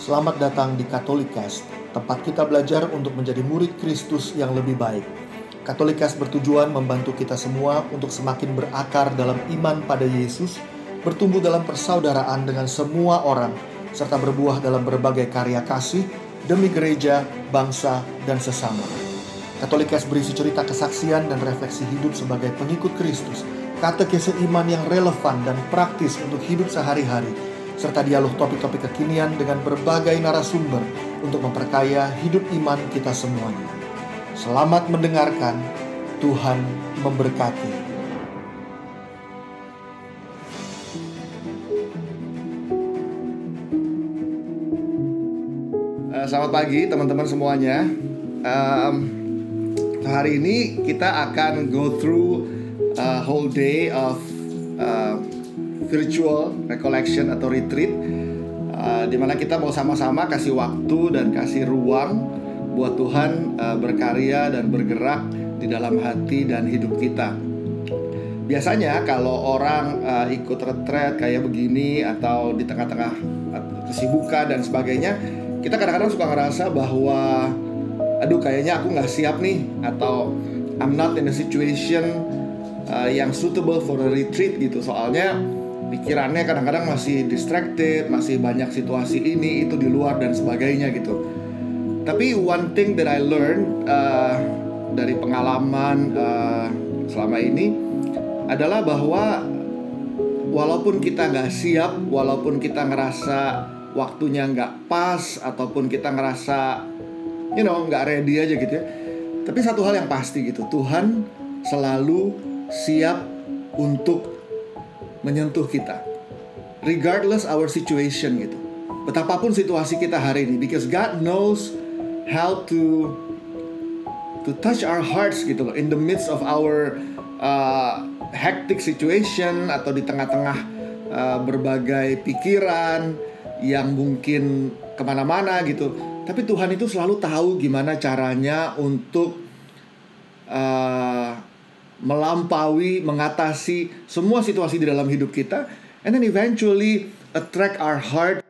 Selamat datang di Katolikas, tempat kita belajar untuk menjadi murid Kristus yang lebih baik. Katolikas bertujuan membantu kita semua untuk semakin berakar dalam iman pada Yesus, bertumbuh dalam persaudaraan dengan semua orang, serta berbuah dalam berbagai karya kasih demi gereja, bangsa, dan sesama. Katolikas berisi cerita kesaksian dan refleksi hidup sebagai pengikut Kristus, katekese iman yang relevan dan praktis untuk hidup sehari-hari, serta dialog topik-topik kekinian dengan berbagai narasumber untuk memperkaya hidup iman kita semuanya. Selamat mendengarkan, Tuhan memberkati. Selamat pagi teman-teman semuanya. Hari ini kita akan go through a whole day of virtual recollection atau retreat, di mana kita mau sama-sama kasih waktu dan kasih ruang buat Tuhan berkarya dan bergerak di dalam hati dan hidup kita. Biasanya kalau orang ikut retreat kayak begini atau di tengah-tengah kesibukan dan sebagainya, kita kadang-kadang suka ngerasa bahwa aduh kayaknya aku gak siap nih, atau I'm not in a situation yang suitable for a retreat gitu. Soalnya pikirannya kadang-kadang masih distracted, masih banyak situasi ini itu di luar dan sebagainya gitu. Tapi one thing that I learned dari pengalaman selama ini adalah bahwa walaupun kita gak siap, walaupun kita ngerasa waktunya gak pas, ataupun kita ngerasa gak ready aja gitu ya, tapi satu hal yang pasti gitu, Tuhan selalu siap untuk menyentuh kita, regardless our situation gitu. Betapapun situasi kita hari ini, because God knows how to touch our hearts gitu loh, in the midst of our hectic situation, atau di tengah-tengah berbagai pikiran yang mungkin kemana-mana gitu. Tapi Tuhan itu selalu tahu gimana caranya untuk melampaui, mengatasi semua situasi di dalam hidup kita, and then eventually attract our heart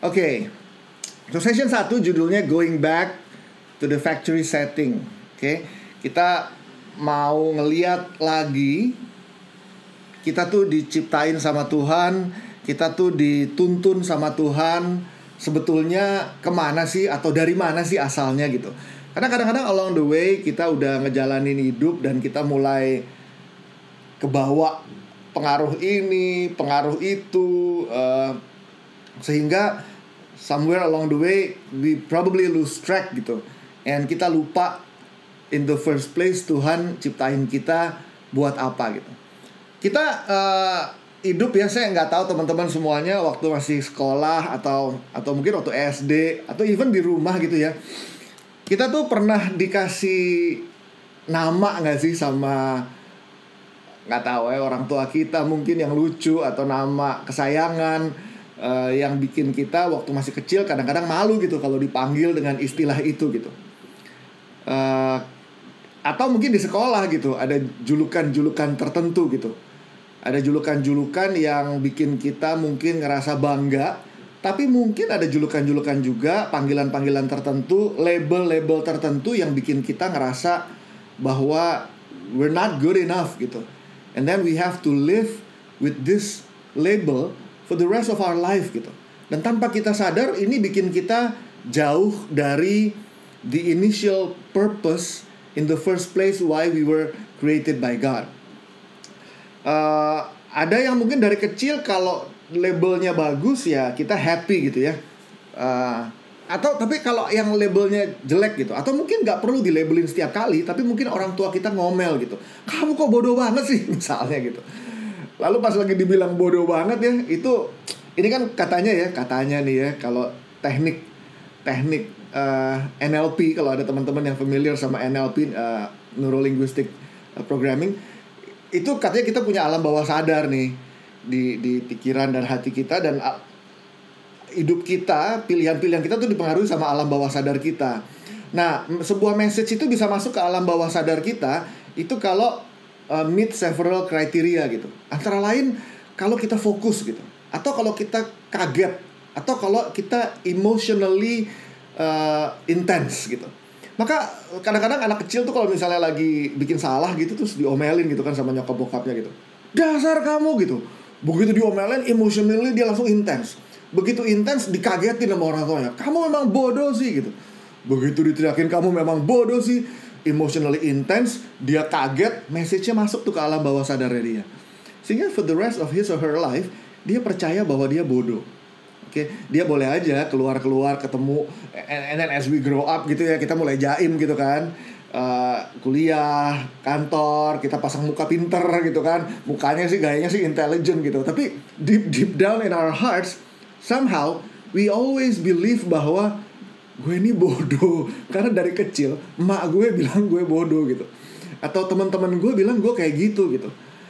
Oke. So session 1 judulnya Going Back to the Factory Setting. Oke. Kita mau ngeliat lagi, kita tuh diciptain sama Tuhan, kita tuh dituntun sama Tuhan. Sebetulnya kemana sih atau dari mana sih asalnya gitu. Karena kadang-kadang along the way kita udah ngejalanin hidup dan kita mulai kebawa pengaruh ini, pengaruh itu, sehingga somewhere along the way we probably lose track gitu. And kita lupa in the first place Tuhan ciptain kita buat apa gitu. Kita hidup ya, saya nggak tahu teman-teman semuanya waktu masih sekolah atau mungkin waktu SD atau even di rumah gitu ya. Kita tuh pernah dikasih nama nggak sih sama, nggak tahu ya, orang tua kita mungkin yang lucu atau nama kesayangan yang bikin kita waktu masih kecil kadang-kadang malu gitu kalau dipanggil dengan istilah itu gitu. Atau mungkin di sekolah gitu ada julukan-julukan tertentu gitu. Ada julukan-julukan yang bikin kita mungkin ngerasa bangga, tapi mungkin ada julukan-julukan juga, panggilan-panggilan tertentu, label-label tertentu yang bikin kita ngerasa bahwa we're not good enough gitu. And then we have to live with this label for the rest of our life gitu. Dan tanpa kita sadar ini bikin kita jauh dari the initial purpose in the first place why we were created by God. Ada yang mungkin dari kecil kalau labelnya bagus ya kita happy gitu ya. Tapi kalau yang labelnya jelek gitu, atau mungkin nggak perlu dilabelin setiap kali, tapi mungkin orang tua kita ngomel gitu, kamu kok bodoh banget sih misalnya gitu. Lalu pas lagi dibilang bodoh banget ya, ini kan katanya nih ya, kalau teknik NLP, kalau ada teman-teman yang familiar sama NLP, Neuro Linguistic Programming, itu katanya kita punya alam bawah sadar nih di pikiran dan hati kita, dan hidup kita, pilihan-pilihan kita tuh dipengaruhi sama alam bawah sadar kita. Nah, sebuah message itu bisa masuk ke alam bawah sadar kita itu kalau meet several criteria gitu. Antara lain kalau kita fokus gitu, atau kalau kita kaget, atau kalau kita emotionally intense gitu. Maka kadang-kadang anak kecil tuh kalau misalnya lagi bikin salah gitu terus diomelin gitu kan sama nyokap bokapnya gitu. Dasar kamu gitu. Begitu diomelin, emotionally dia langsung intens. Begitu intens dikagetin sama orang tuanya. Kamu memang bodoh sih gitu. Begitu diteriakin kamu memang bodoh sih, emotionally intense, dia kaget, message-nya masuk tuh ke alam bawah sadarnya dia. Sehingga for the rest of his or her life, dia percaya bahwa dia bodoh. Dia boleh aja keluar ketemu, and then as we grow up gitu ya, kita mulai jaim gitu kan, kuliah, kantor, kita pasang muka pinter gitu kan, mukanya sih gayanya sih intelligent gitu, tapi deep down in our hearts somehow we always believe bahwa gue ini bodoh karena dari kecil emak gue bilang gue bodoh gitu, atau teman-teman gue bilang gue kayak gitu gitu.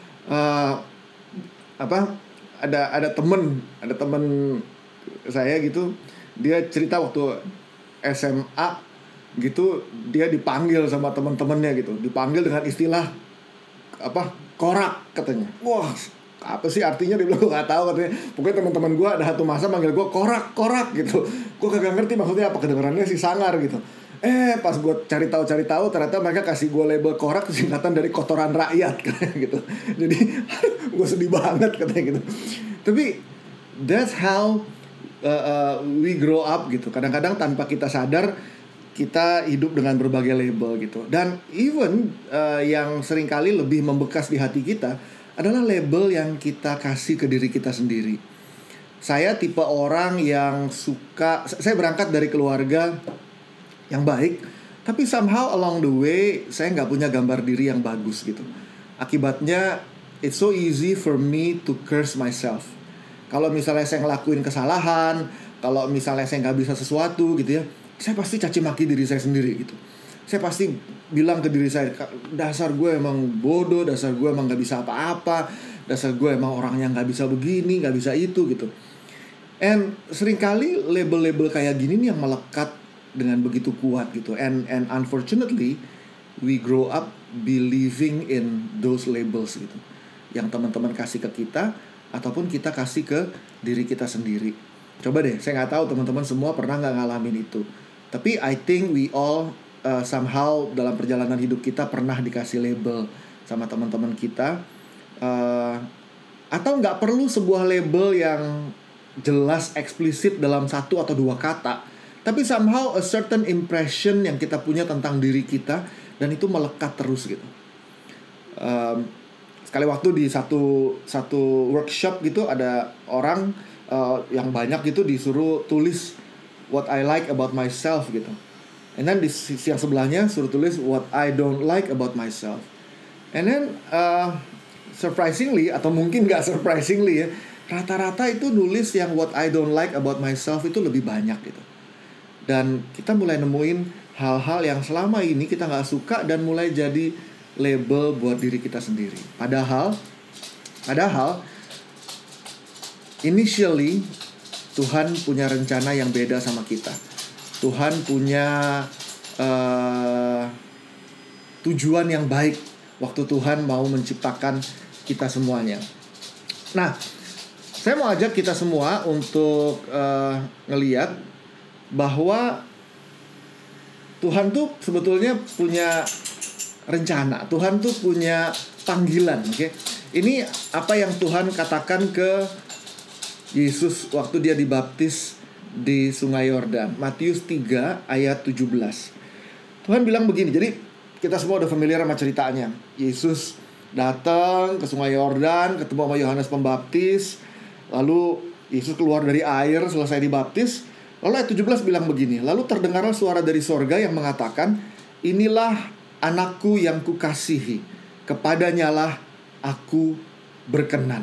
Ada temen saya gitu, dia cerita waktu SMA gitu, dia dipanggil sama teman-temannya gitu, dipanggil dengan istilah korak katanya. Wah, apa sih artinya? Dia bilang gue nggak tahu katanya. Pokoknya teman-teman gue ada satu masa manggil gue korak gitu. Gue kagak ngerti maksudnya apa, kedengarannya sih sangar gitu. Pas gue cari tahu ternyata mereka kasih gue label korak singkatan dari kotoran rakyat katanya gitu. Jadi gue sedih banget katanya gitu. Tapi that's how we grow up gitu. Kadang-kadang tanpa kita sadar kita hidup dengan berbagai label gitu. Dan even yang seringkali lebih membekas di hati kita adalah label yang kita kasih ke diri kita sendiri. Saya tipe orang yang saya berangkat dari keluarga yang baik, tapi somehow along the way saya nggak punya gambar diri yang bagus gitu. Akibatnya it's so easy for me to curse myself. Kalau misalnya saya ngelakuin kesalahan, kalau misalnya saya nggak bisa sesuatu gitu ya, saya pasti caci maki diri saya sendiri gitu. Saya pasti bilang ke diri saya, dasar gue emang bodoh, dasar gue emang gak bisa apa-apa, dasar gue emang orang yang gak bisa begini, gak bisa itu gitu. And seringkali label-label kayak gini nih yang melekat dengan begitu kuat gitu. And unfortunately we grow up believing in those labels gitu, yang teman-teman kasih ke kita ataupun kita kasih ke diri kita sendiri. Coba deh, saya nggak tahu teman-teman semua pernah nggak ngalamin itu. Tapi I think we all somehow dalam perjalanan hidup kita pernah dikasih label sama teman-teman kita. Atau nggak perlu sebuah label yang jelas eksplisit dalam satu atau dua kata, tapi somehow a certain impression yang kita punya tentang diri kita, dan itu melekat terus gitu. Sekali waktu di satu workshop gitu, ada orang yang banyak gitu disuruh tulis what I like about myself gitu. And then di sisi yang sebelahnya suruh tulis what I don't like about myself. And then surprisingly, atau mungkin gak surprisingly ya, rata-rata itu nulis yang what I don't like about myself itu lebih banyak gitu. Dan kita mulai nemuin hal-hal yang selama ini kita gak suka dan mulai jadi label buat diri kita sendiri. Padahal initially Tuhan punya rencana yang beda sama kita. Tuhan punya tujuan yang baik waktu Tuhan mau menciptakan kita semuanya. Nah, saya mau ajak kita semua untuk ngeliat bahwa Tuhan tuh sebetulnya punya rencana. Tuhan tuh punya panggilan, oke? Ini apa yang Tuhan katakan ke Yesus waktu dia dibaptis di Sungai Yordan. Matius 3 ayat 17. Tuhan bilang begini, jadi kita semua udah familiar sama ceritanya. Yesus datang ke Sungai Yordan, ketemu sama Yohanes Pembaptis. Lalu Yesus keluar dari air selesai dibaptis. Lalu ayat 17 bilang begini, lalu terdengarlah suara dari sorga yang mengatakan, inilah anakku yang kukasihi, kepadanyalah aku berkenan.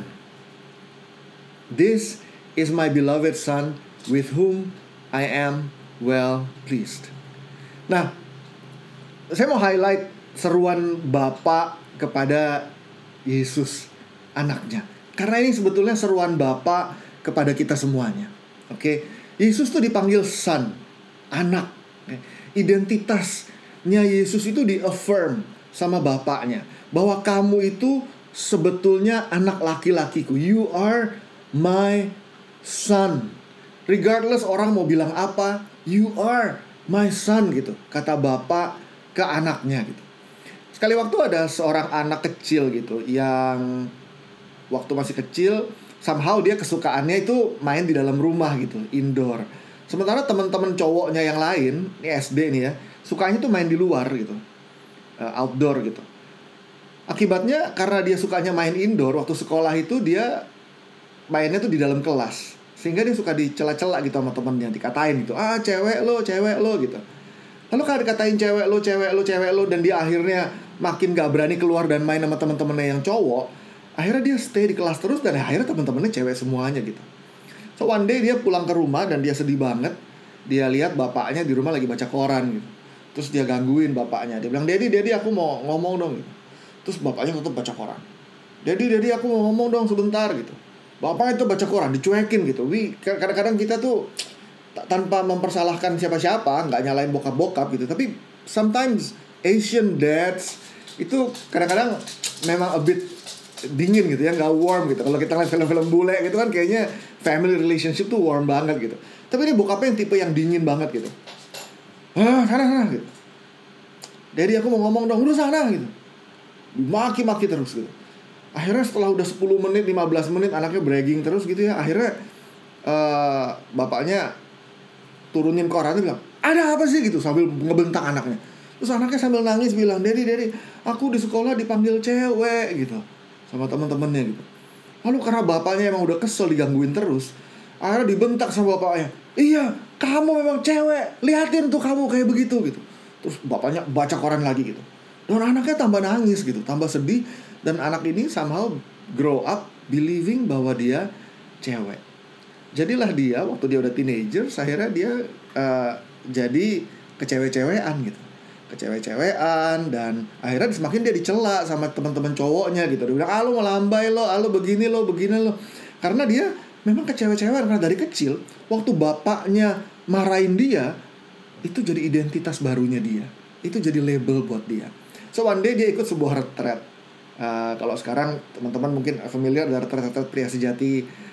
This is my beloved son, with whom I am well pleased. Nah, saya mau highlight seruan Bapa kepada Yesus anaknya, karena ini sebetulnya seruan Bapa kepada kita semuanya. Oke, Yesus tuh dipanggil son, anak. Identitasnya Yesus itu di-affirm sama Bapaknya, bahwa kamu itu sebetulnya anak laki-lakiku. You are my son. Regardless orang mau bilang apa, you are my son gitu, kata Bapa ke anaknya gitu. Sekali waktu ada seorang anak kecil gitu, yang waktu masih kecil somehow dia kesukaannya itu main di dalam rumah gitu, indoor. Sementara teman-teman cowoknya yang lain, ini SD nih ya, sukanya tuh main di luar gitu, outdoor gitu. Akibatnya karena dia sukanya main indoor, waktu sekolah itu dia mainnya tuh di dalam kelas, sehingga dia suka dicela-cela gitu sama temennya, dikatain gitu, cewek lo gitu. Lalu kalau dikatain cewek lo, dan dia akhirnya makin gak berani keluar dan main sama teman-temannya yang cowok, akhirnya dia stay di kelas terus, dan akhirnya teman-temannya cewek semuanya gitu. So one day dia pulang ke rumah dan dia sedih banget. Dia lihat bapaknya di rumah lagi baca koran gitu. Terus dia gangguin bapaknya. Dia bilang, Daddy aku mau ngomong dong gitu. Terus bapaknya tetap baca koran. Daddy aku mau ngomong dong sebentar gitu. Bapaknya itu baca koran, dicuekin gitu. Kadang-kadang kita tuh tanpa mempersalahkan siapa-siapa, nggak nyalain bokap-bokap gitu, tapi sometimes Asian dads itu kadang-kadang memang a bit dingin gitu ya, nggak warm gitu. Kalau kita lihat film-film bule gitu kan kayaknya family relationship tuh warm banget gitu. Tapi ini bokapnya yang tipe yang dingin banget gitu. Sana gitu. Daddy aku mau ngomong dong, udah sana gitu. Maki-maki terus gitu. Akhirnya setelah udah 10 menit, 15 menit anaknya bragging terus gitu ya, akhirnya bapaknya turunin korannya, bilang, ada apa sih gitu, sambil ngebentak anaknya. Terus anaknya sambil nangis bilang, Daddy aku di sekolah dipanggil cewek gitu sama teman-temannya gitu. Lalu karena bapaknya emang udah kesel digangguin terus, akhirnya dibentak sama bapaknya, iya kamu memang cewek, liatin tuh kamu kayak begitu gitu. Terus bapaknya baca koran lagi gitu. Dan anaknya tambah nangis gitu, tambah sedih. Dan anak ini somehow grow up believing bahwa dia cewek. Jadilah dia waktu dia udah teenager, akhirnya dia jadi kecewek-cewekan gitu. Kecewek-cewekan, dan akhirnya semakin dia dicela sama teman-teman cowoknya gitu. Dia bilang, lu melambai lo, lu begini lo. Karena dia memang kecewek-cewekan, karena dari kecil waktu bapaknya marahin dia, itu jadi identitas barunya dia. Itu jadi label buat dia. So one day dia ikut sebuah retreat. Kalau sekarang teman-teman mungkin familiar dengan retreat pria sejati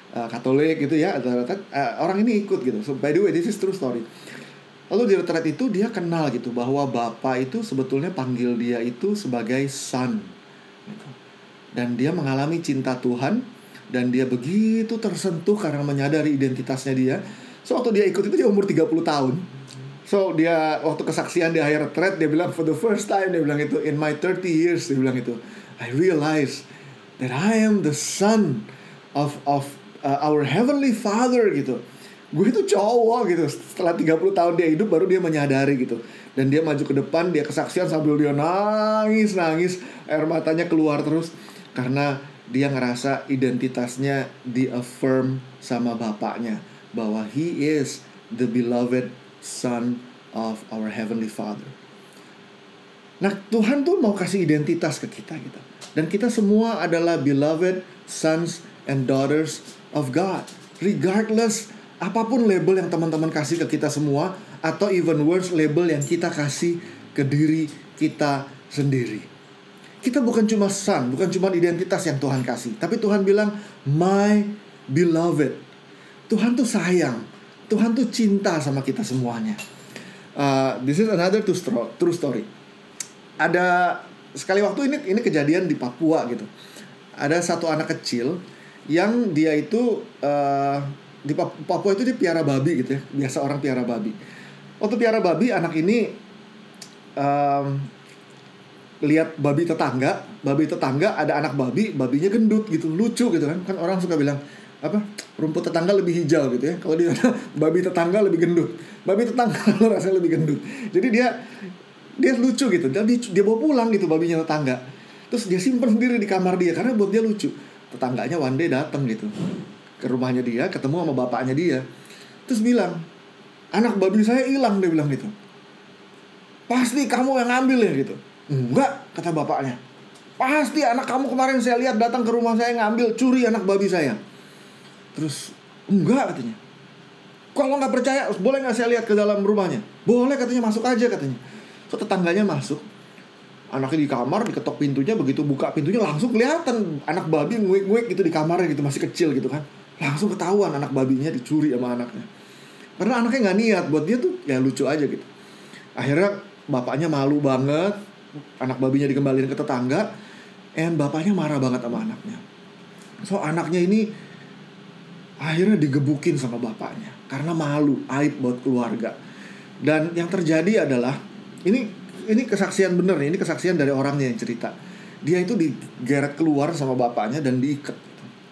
Katolik gitu ya, orang ini ikut gitu. So by the way, this is true story. Lalu di retreat itu dia kenal gitu bahwa Bapak itu sebetulnya panggil dia itu sebagai son gitu. Dan dia mengalami cinta Tuhan, dan dia begitu tersentuh karena menyadari identitasnya dia. So waktu dia ikut itu dia umur 30 tahun. So dia waktu kesaksian di akhir retreat dia bilang, for the first time, dia bilang itu, in my 30 years, dia bilang itu, I realize that I am the son of our heavenly Father gitu. Gue itu cowok gitu. Setelah 30 tahun dia hidup baru dia menyadari gitu. Dan dia maju ke depan, dia kesaksian sambil dia nangis, air matanya keluar terus karena dia ngerasa identitasnya di-affirm sama bapaknya, bahwa he is the beloved son of our heavenly Father. Nah, Tuhan tuh mau kasih identitas ke kita gitu. Dan kita semua adalah beloved sons and daughters of God. Regardless apapun label yang teman-teman kasih ke kita semua, atau even worse, label yang kita kasih ke diri kita sendiri. Kita bukan cuma son, bukan cuma identitas yang Tuhan kasih, tapi Tuhan bilang, my beloved. Tuhan tuh sayang, Tuhan tuh cinta sama kita semuanya. This is another true story. Ada sekali waktu ini kejadian di Papua gitu. Ada satu anak kecil yang dia itu di Papua itu dia piara babi gitu ya. Biasa orang piara babi. Waktu piara babi, anak ini lihat babi tetangga ada anak babi, babinya gendut gitu, lucu gitu kan. Kan orang suka bilang apa, rumput tetangga lebih hijau gitu ya. Kalau dia babi tetangga lebih gendut, babi tetangga rasanya lebih gendut. Jadi dia lucu gitu. Dan dia bawa pulang gitu babinya tetangga. Terus dia simpen sendiri di kamar dia karena buat dia lucu. Tetangganya one day datang gitu ke rumahnya dia, ketemu sama bapaknya dia. Terus bilang, anak babi saya hilang, dia bilang gitu. Pasti kamu yang ngambil ya gitu. Enggak, kata bapaknya. Pasti anak kamu kemarin saya lihat datang ke rumah saya ngambil, curi anak babi saya. Terus, enggak katanya. Kalau nggak percaya, boleh nggak saya lihat ke dalam rumahnya? Boleh katanya, masuk aja katanya. So tetangganya masuk. Anaknya di kamar, diketok pintunya, begitu buka pintunya langsung kelihatan anak babi nguik-nguik gitu di kamarnya gitu, masih kecil gitu kan. Langsung ketahuan anak babinya dicuri sama anaknya. Karena anaknya nggak niat, buat dia tuh ya lucu aja gitu. Akhirnya bapaknya malu banget, anak babinya dikembalikan ke tetangga, and bapaknya marah banget sama anaknya. So anaknya ini akhirnya digebukin sama bapaknya karena malu, aib buat keluarga. Dan yang terjadi adalah ini kesaksian bener nih, ini kesaksian dari orangnya yang cerita. Dia itu digeret keluar sama bapaknya dan diikat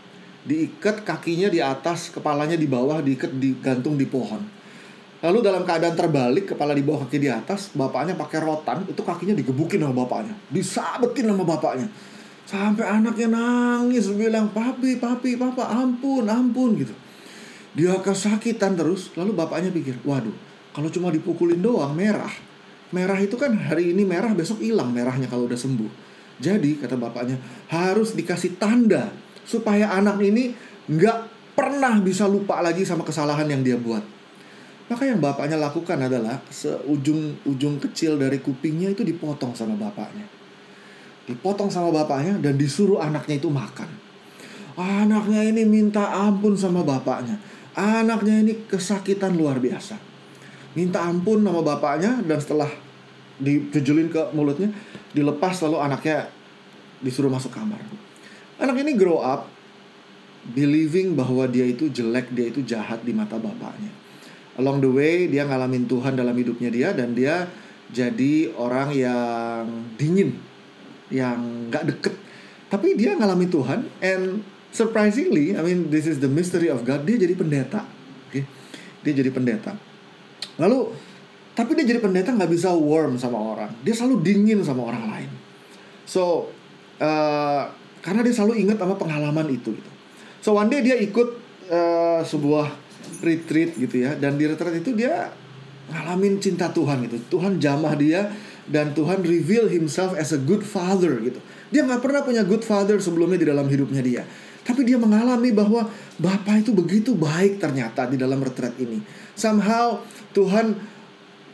kakinya di atas, kepalanya di bawah, digantung di pohon. Lalu dalam keadaan terbalik, kepala di bawah, kaki di atas, bapaknya pakai rotan, itu kakinya digebukin sama bapaknya, disabetin sama bapaknya. Sampai anaknya nangis, bilang, papi, papa, ampun gitu. Dia kesakitan terus. Lalu bapaknya pikir, waduh, kalau cuma dipukulin doang, merah itu kan hari ini merah, besok hilang merahnya kalau udah sembuh. Jadi kata bapaknya, harus dikasih tanda supaya anak ini gak pernah bisa lupa lagi sama kesalahan yang dia buat. Maka yang bapaknya lakukan adalah seujung kecil dari kupingnya itu dipotong sama bapaknya. Dipotong sama bapaknya dan disuruh anaknya itu makan. Anaknya ini minta ampun sama bapaknya. Anaknya ini kesakitan luar biasa. Minta ampun sama bapaknya, dan setelah dijujulin ke mulutnya, dilepas, lalu anaknya disuruh masuk kamar. Anak ini grow up believing bahwa dia itu jelek, dia itu jahat di mata bapaknya. Along the way dia ngalamin Tuhan dalam hidupnya dia, dan dia jadi orang yang dingin, yang gak deket. Tapi dia ngalamin Tuhan, and surprisingly, I mean this is the mystery of God, dia jadi pendeta. Okay? Dia jadi pendeta. Lalu, tapi dia jadi pendeta gak bisa warm sama orang. Dia selalu dingin sama orang lain. So, karena dia selalu ingat sama pengalaman itu gitu. So one day dia ikut sebuah retreat gitu ya. Dan di retreat itu dia ngalamin cinta Tuhan gitu. Tuhan jamah dia, dan Tuhan reveal himself as a good father gitu. Dia gak pernah punya good father sebelumnya di dalam hidupnya dia. Tapi dia mengalami bahwa Bapa itu begitu baik ternyata di dalam retreat ini. Somehow Tuhan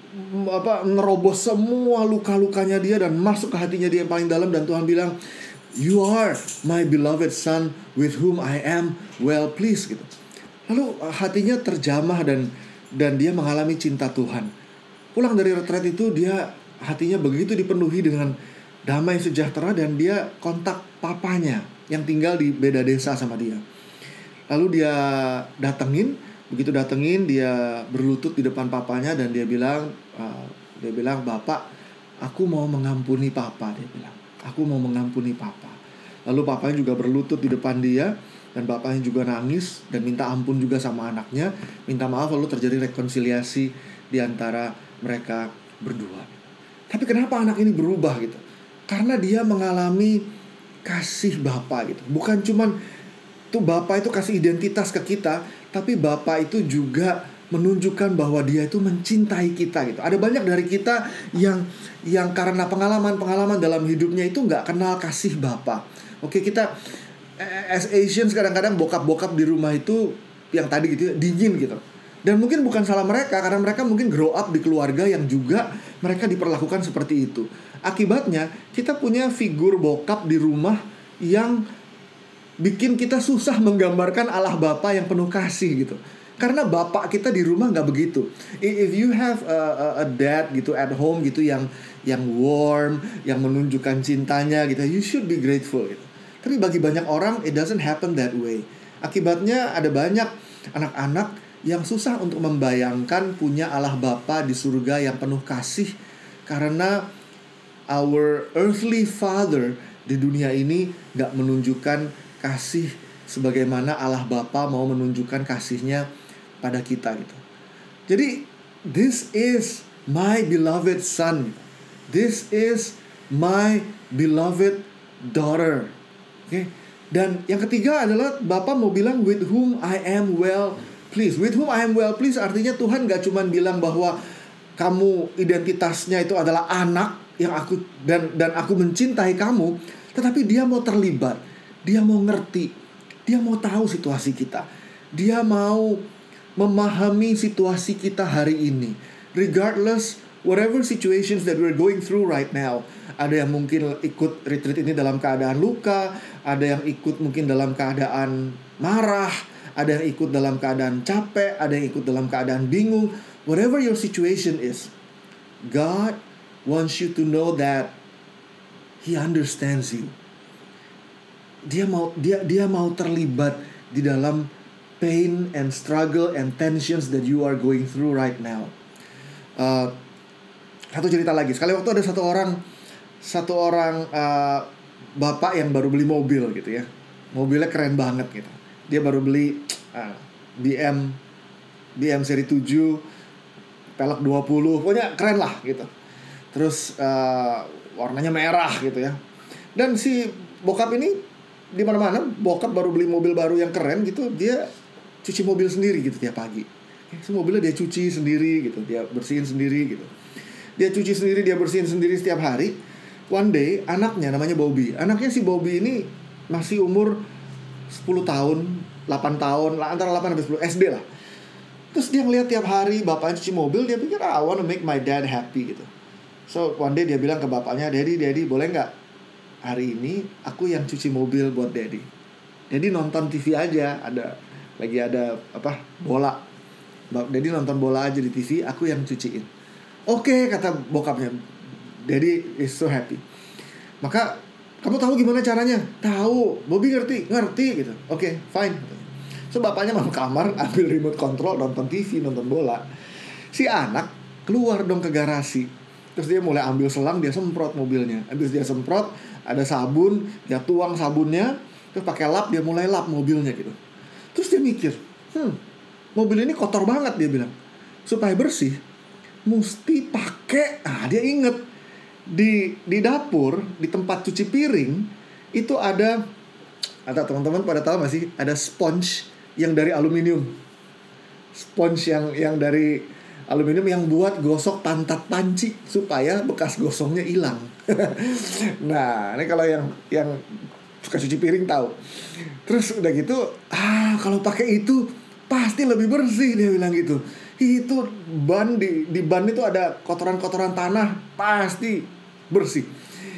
nerobos semua luka-lukanya dia dan masuk ke hatinya dia yang paling dalam. Dan Tuhan bilang, You are my beloved son with whom I am well pleased gitu. Lalu hatinya terjamah dan dia mengalami cinta Tuhan. Pulang dari retret itu dia hatinya begitu dipenuhi dengan damai sejahtera dan dia kontak papanya yang tinggal di beda desa sama dia. Lalu dia begitu datengin dia berlutut di depan papanya dan dia bilang, "Bapak, aku mau mengampuni papa," dia bilang. "Aku mau mengampuni papa." Lalu papanya juga berlutut di depan dia dan bapaknya juga nangis dan minta ampun juga sama anaknya, minta maaf, lalu terjadi rekonsiliasi di antara mereka berdua. Tapi kenapa anak ini berubah gitu? Karena dia mengalami kasih Bapa gitu. Bukan cuman tuh Bapa itu kasih identitas ke kita, tapi Bapa itu juga menunjukkan bahwa dia itu mencintai kita gitu. Ada banyak dari kita yang karena pengalaman dalam hidupnya itu nggak kenal kasih Bapa. Oke, kita as Asians kadang-kadang bokap-bokap di rumah itu yang tadi gitu dingin gitu. Dan mungkin bukan salah mereka, karena mereka mungkin grow up di keluarga yang juga mereka diperlakukan seperti itu. Akibatnya kita punya figur bokap di rumah yang bikin kita susah menggambarkan Allah Bapa yang penuh kasih gitu. Karena bapak kita di rumah nggak begitu. If you have a dad gitu at home gitu yang warm, yang menunjukkan cintanya gitu, you should be grateful gitu. Tapi bagi banyak orang it doesn't happen that way. Akibatnya ada banyak anak-anak yang susah untuk membayangkan punya Allah Bapa di surga yang penuh kasih, karena our earthly father di dunia ini gak menunjukkan kasih sebagaimana Allah Bapa mau menunjukkan kasihnya pada kita gitu. Jadi this is my beloved son, this is my beloved daughter. Okay? Dan yang ketiga adalah Bapa mau bilang with whom I am well pleased. With whom I am well pleased artinya Tuhan gak cuma bilang bahwa kamu identitasnya itu adalah anak yang aku dan aku mencintai kamu, tetapi dia mau terlibat, dia mau ngerti, dia mau tahu situasi kita, dia mau memahami situasi kita hari ini, regardless whatever situations that we're going through right now. Ada yang mungkin ikut retreat ini dalam keadaan luka, ada yang ikut mungkin dalam keadaan marah, ada yang ikut dalam keadaan capek, ada yang ikut dalam keadaan bingung. Whatever your situation is, God wants you to know that He understands you. Dia mau terlibat di dalam pain and struggle and tensions that you are going through right now. Satu cerita lagi. Sekali waktu ada satu orang bapak yang baru beli mobil gitu ya. Mobilnya keren banget gitu. Dia baru beli BM seri 7 pelek 20, pokoknya keren lah gitu. Terus warnanya merah gitu ya. Dan si bokap ini di mana-mana, bokap baru beli mobil baru yang keren gitu, dia cuci mobil sendiri gitu tiap pagi. Mobilnya dia cuci sendiri gitu, dia bersihin sendiri gitu. Dia cuci sendiri, dia bersihin sendiri setiap hari. One day anaknya namanya Bobby. Anaknya si Bobby ini masih umur 10 tahun, 8 tahun, antara 8 sampai 10 SD lah. Terus dia ngeliat tiap hari bapaknya cuci mobil, dia pikir I wanna make my dad happy gitu. So one day dia bilang ke bapaknya, Daddy boleh gak hari ini aku yang cuci mobil buat Daddy. Daddy nonton TV aja, lagi ada bola. Daddy nonton bola aja di TV, aku yang cuciin. Oke, kata bokapnya. Daddy is so happy. Maka kamu tahu gimana caranya? Tahu, Bobby ngerti gitu. Oke, fine. So bapaknya masuk kamar, ambil remote control, nonton TV, nonton bola. Si anak keluar dong ke garasi. Terus dia mulai ambil selang, dia semprot mobilnya. Habis dia semprot, ada sabun, dia tuang sabunnya, terus pakai lap, dia mulai lap mobilnya gitu. Terus dia mikir, mobil ini kotor banget, dia bilang. Supaya bersih, mesti pakai, dia inget di dapur, di tempat cuci piring itu ada teman-teman pada tahu masih ada sponge yang dari aluminium, sponge yang dari aluminium yang buat gosok pantat panci supaya bekas gosongnya hilang. Nah, ini kalau yang suka cuci piring tahu. Terus udah gitu, kalau pakai itu pasti lebih bersih, dia bilang gitu. Itu ban di ban itu ada kotoran-kotoran tanah, pasti bersih.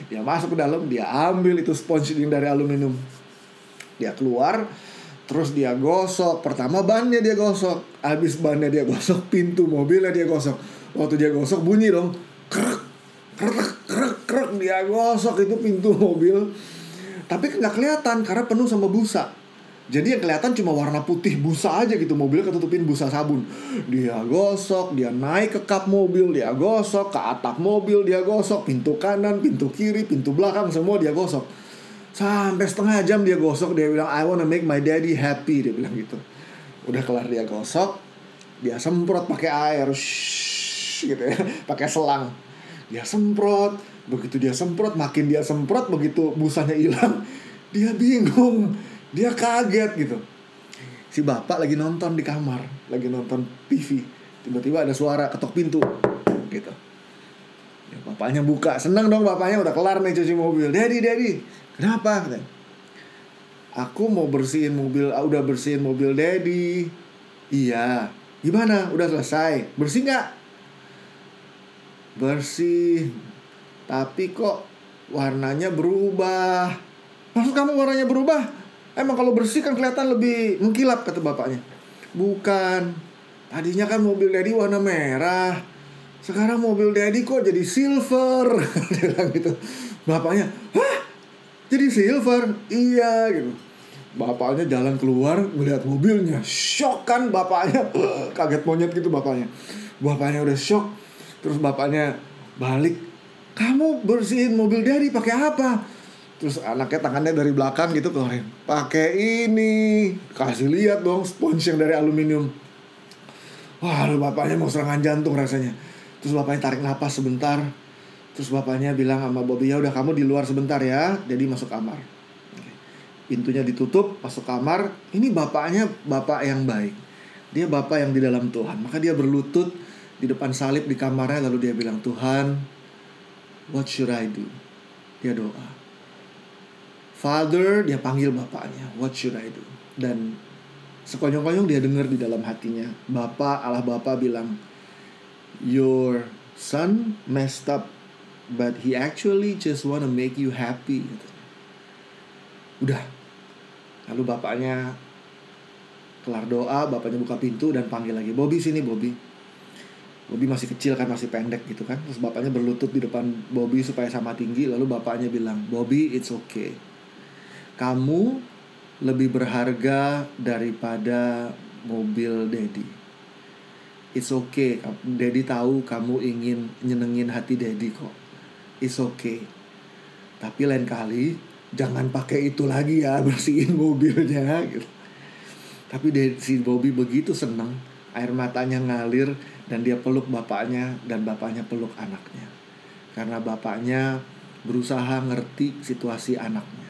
Dia masuk ke dalam, dia ambil itu sponge yang dari aluminium. Dia keluar, terus dia gosok. Pertama bannya dia gosok, habis bannya dia gosok, pintu mobilnya dia gosok. Waktu dia gosok bunyi dong, krek, krek, krek, krek. Dia gosok itu pintu mobil, tapi nggak kelihatan karena penuh sama busa. Jadi yang kelihatan cuma warna putih busa aja gitu, mobilnya ketutupin busa sabun. Dia gosok, dia naik ke kap mobil, dia gosok, ke atap mobil dia gosok, pintu kanan, pintu kiri, pintu belakang semua dia gosok. Sampai setengah jam dia gosok, dia bilang I wanna make my daddy happy, dia bilang gitu. Udah kelar dia gosok, dia semprot pakai air, shhh, gitu ya, pakai selang. Dia semprot, begitu dia semprot, makin dia semprot, begitu busanya hilang, dia bingung. Dia kaget gitu. Si bapak lagi nonton di kamar, lagi nonton TV. Tiba-tiba ada suara ketok pintu gitu. Ya, bapaknya buka, senang dong bapaknya, udah kelar nih cuci mobil. Daddy, kenapa? Aku mau bersihin mobil, udah bersihin mobil daddy. Iya. Gimana? Udah selesai. Bersih gak? Bersih. Tapi kok warnanya berubah. Maksud kamu warnanya berubah? Emang kalau bersih kan kelihatan lebih mengkilap, kata bapaknya. Bukan. Tadinya kan mobil daddy warna merah, sekarang mobil daddy kok jadi silver. Dia bilang gitu. Bapaknya, hah? Jadi silver? Iya gitu. Bapaknya jalan keluar melihat mobilnya, shock kan bapaknya. Kaget monyet gitu bapaknya. Bapaknya udah shock. Terus bapaknya balik, kamu bersihin mobil daddy pakai apa? Terus anaknya tangannya dari belakang gitu keluarin, pakai ini. Kasih lihat dong sponge yang dari aluminium. Wah, bapaknya mau serangan jantung rasanya. Terus bapaknya tarik napas sebentar. Terus bapaknya bilang sama Bobby, ya udah kamu di luar sebentar ya. Jadi masuk kamar. Pintunya ditutup, masuk kamar. Ini bapaknya bapak yang baik. Dia bapak yang di dalam Tuhan. Maka dia berlutut di depan salib di kamarnya, lalu dia bilang, Tuhan, what should I do? Dia doa. Father, dia panggil bapaknya, what should I do? Dan sekonyong-konyong dia dengar di dalam hatinya, Allah Bapa bilang, your son messed up, but he actually just wanna make you happy. Udah. Lalu bapaknya kelar doa, bapaknya buka pintu dan panggil lagi, Bobby sini Bobby. Bobby masih kecil kan, masih pendek gitu kan. Terus bapaknya berlutut di depan Bobby supaya sama tinggi. Lalu bapaknya bilang, Bobby, it's okay. Kamu lebih berharga daripada mobil daddy. It's okay. Daddy tahu kamu ingin nyenengin hati daddy kok. It's okay. Tapi lain kali jangan pakai itu lagi ya, bersihin mobilnya gitu. Tapi si Bobby begitu senang, air matanya ngalir, dan dia peluk bapaknya, dan bapaknya peluk anaknya. Karena bapaknya berusaha ngerti situasi anaknya.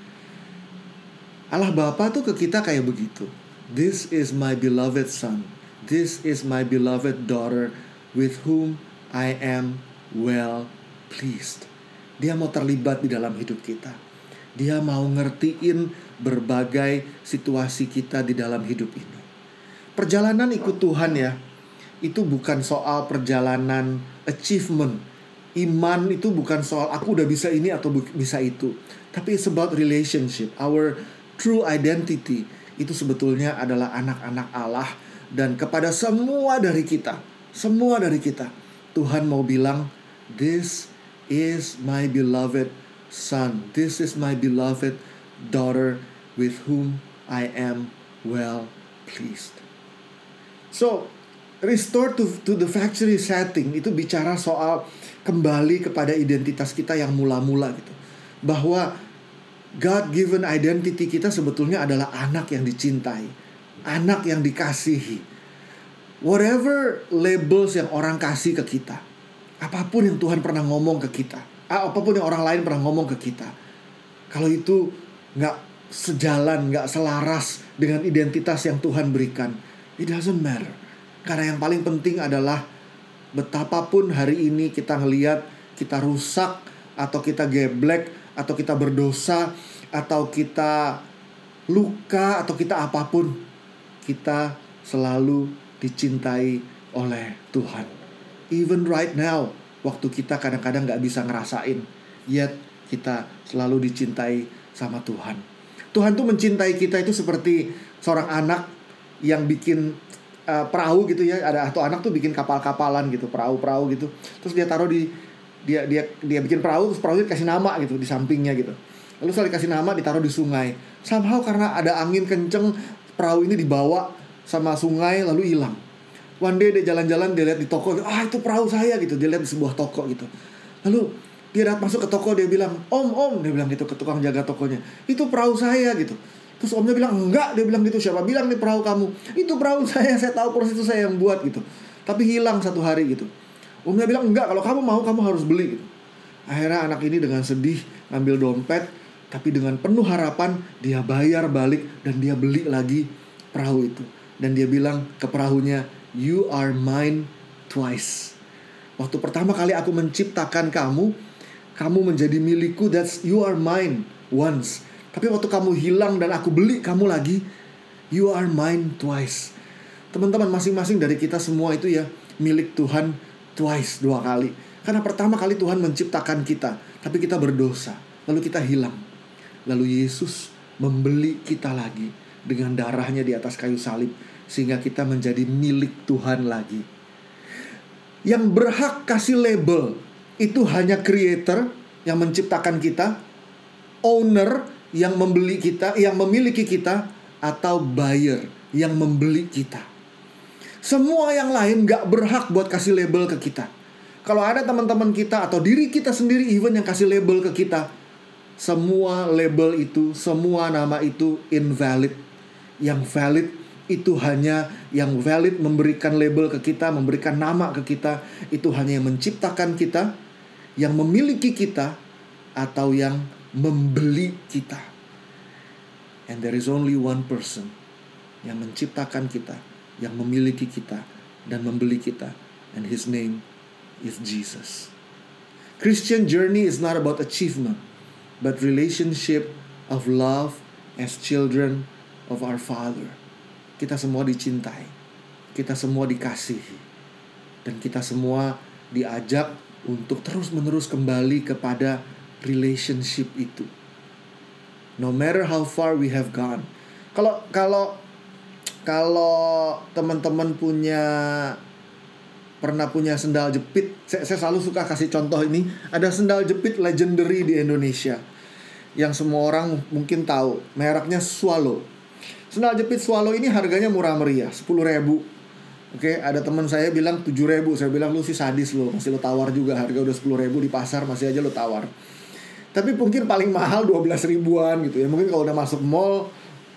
Allah Bapa tuh ke kita kayak begitu. This is my beloved son. This is my beloved daughter with whom I am well pleased. Dia mau terlibat di dalam hidup kita. Dia mau ngertiin berbagai situasi kita di dalam hidup ini. Perjalanan ikut Tuhan ya, itu bukan soal perjalanan achievement. Iman itu bukan soal aku udah bisa ini atau bisa itu. Tapi it's about relationship. Our true identity itu sebetulnya adalah anak-anak Allah. Dan kepada semua dari kita, Tuhan mau bilang, this is my beloved son. This is my beloved daughter with whom I am well pleased. So, restore to the factory setting itu bicara soal kembali kepada identitas kita yang mula-mula gitu. Bahwa God-given identity kita sebetulnya adalah anak yang dicintai, anak yang dikasihi. Whatever labels yang orang kasih ke kita, apapun yang Tuhan pernah ngomong ke kita, apapun yang orang lain pernah ngomong ke kita, kalau itu gak sejalan, gak selaras dengan identitas yang Tuhan berikan, it doesn't matter. Karena yang paling penting adalah betapapun hari ini kita ngelihat kita rusak, atau kita geblek, atau kita berdosa, atau kita luka, atau kita apapun, kita selalu dicintai oleh Tuhan. Even right now, waktu kita kadang-kadang gak bisa ngerasain, yet kita selalu dicintai sama Tuhan. Tuhan tuh mencintai kita itu seperti seorang anak yang bikin perahu gitu ya. Atau anak tuh bikin kapal-kapalan gitu, perahu-perahu gitu. Terus dia taruh dia bikin perahu, terus perahu dikasih nama gitu di sampingnya gitu. Lalu setelah dikasih nama ditaruh di sungai. Somehow karena ada angin kenceng, perahu ini dibawa sama sungai lalu hilang. One day dia jalan-jalan, dia lihat di toko, itu perahu saya gitu. Dia lihat di sebuah toko gitu. Lalu dia masuk ke toko, dia bilang, Om, dia bilang gitu ke tukang jaga tokonya, itu perahu saya gitu. Terus omnya bilang, enggak, dia bilang gitu, siapa bilang nih perahu kamu? Itu perahu saya tahu persis itu saya yang buat gitu. Tapi hilang satu hari gitu. Omnya bilang, enggak, kalau kamu mau kamu harus beli gitu. Akhirnya anak ini dengan sedih ngambil dompet, tapi dengan penuh harapan dia bayar balik dan dia beli lagi perahu itu. Dan dia bilang ke perahunya, you are mine twice. Waktu pertama kali aku menciptakan kamu menjadi milikku, that's you are mine once. Tapi waktu kamu hilang dan aku beli kamu lagi, you are mine twice. Teman-teman, masing-masing dari kita semua itu ya milik Tuhan twice, 2 kali. Karena pertama kali Tuhan menciptakan kita, tapi kita berdosa, lalu kita hilang. Lalu Yesus membeli kita lagi dengan darahnya di atas kayu salib, sehingga kita menjadi milik Tuhan lagi. Yang berhak kasih label itu hanya Creator yang menciptakan kita, owner yang membeli kita, yang memiliki kita, atau buyer yang membeli kita. Semua yang lain gak berhak buat kasih label ke kita. Kalau ada teman-teman kita atau diri kita sendiri even yang kasih label ke kita, semua label itu, semua nama itu invalid. Yang valid itu hanya yang valid memberikan label ke kita, memberikan nama ke kita, itu hanya yang menciptakan kita, yang memiliki kita, atau yang membeli kita. And there is only one person yang menciptakan kita, yang memiliki kita, dan membeli kita. And his name is Jesus. Christian journey is not about achievement, but relationship of love as children of our Father. Kita semua dicintai, kita semua dikasihi, dan kita semua diajak untuk terus-menerus kembali kepada relationship itu. No matter how far we have gone. Kalau teman-teman pernah punya sendal jepit, saya selalu suka kasih contoh ini. Ada sendal jepit legendary di Indonesia yang semua orang mungkin tahu, mereknya Swallow. Sendal jepit Swallow ini harganya murah meriah, 10.000. Oke, ada teman saya bilang 7.000. Saya bilang, lu sih sadis lo, masih lo tawar juga. Harga udah 10.000 di pasar, masih aja lo tawar. Tapi mungkin paling mahal 12.000-an gitu ya. Mungkin kalau udah masuk mall,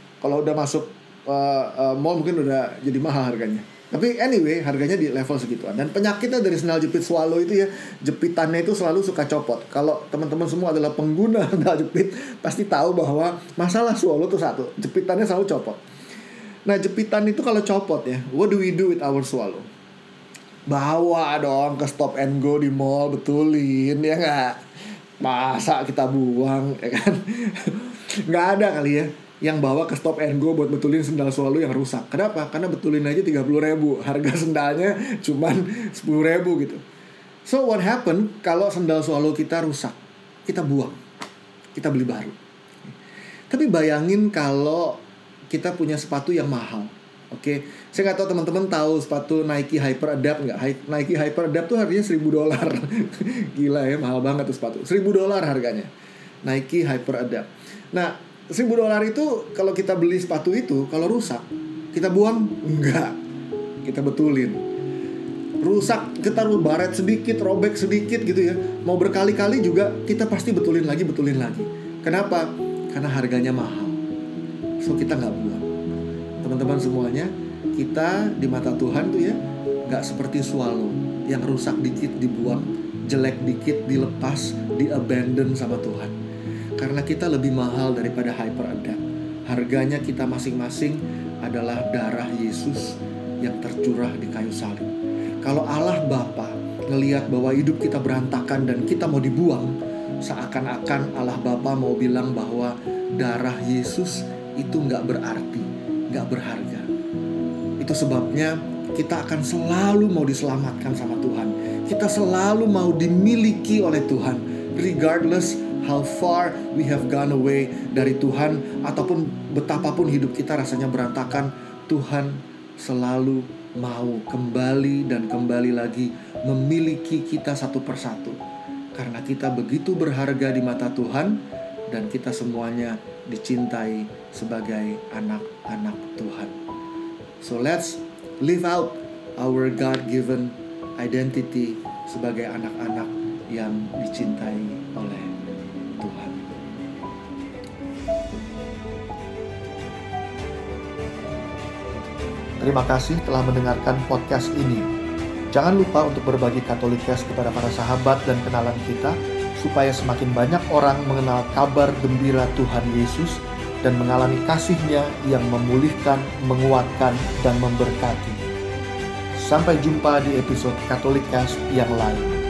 mall mungkin udah jadi mahal harganya. Tapi anyway, harganya di level segituan. Dan penyakitnya dari sendal jepit Swallow itu ya, jepitannya itu selalu suka copot. Kalau teman-teman semua adalah pengguna sendal jepit, pasti tahu bahwa masalah Swallow itu satu, jepitannya selalu copot. Nah, jepitan itu kalau copot ya, what do we do with our Swallow? Bawa dong ke stop and go di mall, betulin, ya nggak? Masa kita buang, ya kan? Nggak ada kali ya yang bawa ke stop and go buat betulin sendal Swallow yang rusak. Kenapa? Karena betulin aja 30.000, harga sendalnya cuman 10.000 gitu. So what happen kalau sendal Swallow kita rusak? Kita buang, kita beli baru. Tapi bayangin kalau kita punya sepatu yang mahal. Oke, saya nggak tahu teman-teman tahu sepatu Nike Hyper Adapt nggak? Nike Hyper Adapt tuh harganya $1.000. Gila ya, mahal banget tuh sepatu. $1.000 harganya Nike Hyper Adapt. Nah, $1.000 itu kalau kita beli sepatu itu, kalau rusak kita buang? Enggak, kita betulin. Rusak, kita baret sedikit, robek sedikit gitu ya, mau berkali-kali juga kita pasti betulin lagi. Kenapa? Karena harganya mahal. So kita nggak buang. Teman-teman semuanya, kita di mata Tuhan tuh ya nggak seperti Swallow yang rusak dikit dibuang, jelek dikit dilepas, di-abandon sama Tuhan. Karena kita lebih mahal daripada Hyper Adapt. Harganya kita masing-masing adalah darah Yesus yang tercurah di kayu salib. Kalau Allah Bapa ngelihat bahwa hidup kita berantakan dan kita mau dibuang, seakan-akan Allah Bapa mau bilang bahwa darah Yesus itu gak berarti, gak berharga. Itu sebabnya kita akan selalu mau diselamatkan sama Tuhan. Kita selalu mau dimiliki oleh Tuhan. regardless how far we have gone away dari Tuhan, ataupun betapapun hidup kita rasanya berantakan, Tuhan selalu mau kembali dan kembali lagi memiliki kita satu persatu. Karena kita begitu berharga di mata Tuhan, dan kita semuanya dicintai sebagai anak-anak Tuhan. So let's live out our God-given identity sebagai anak-anak yang dicintai oleh Tuhan. Terima kasih telah mendengarkan podcast ini. Jangan lupa untuk berbagi Katolikcast kepada para sahabat dan kenalan kita, supaya semakin banyak orang mengenal kabar gembira Tuhan Yesus dan mengalami kasih-Nya yang memulihkan, menguatkan, dan memberkati. Sampai jumpa di episode Katolikcast yang lain.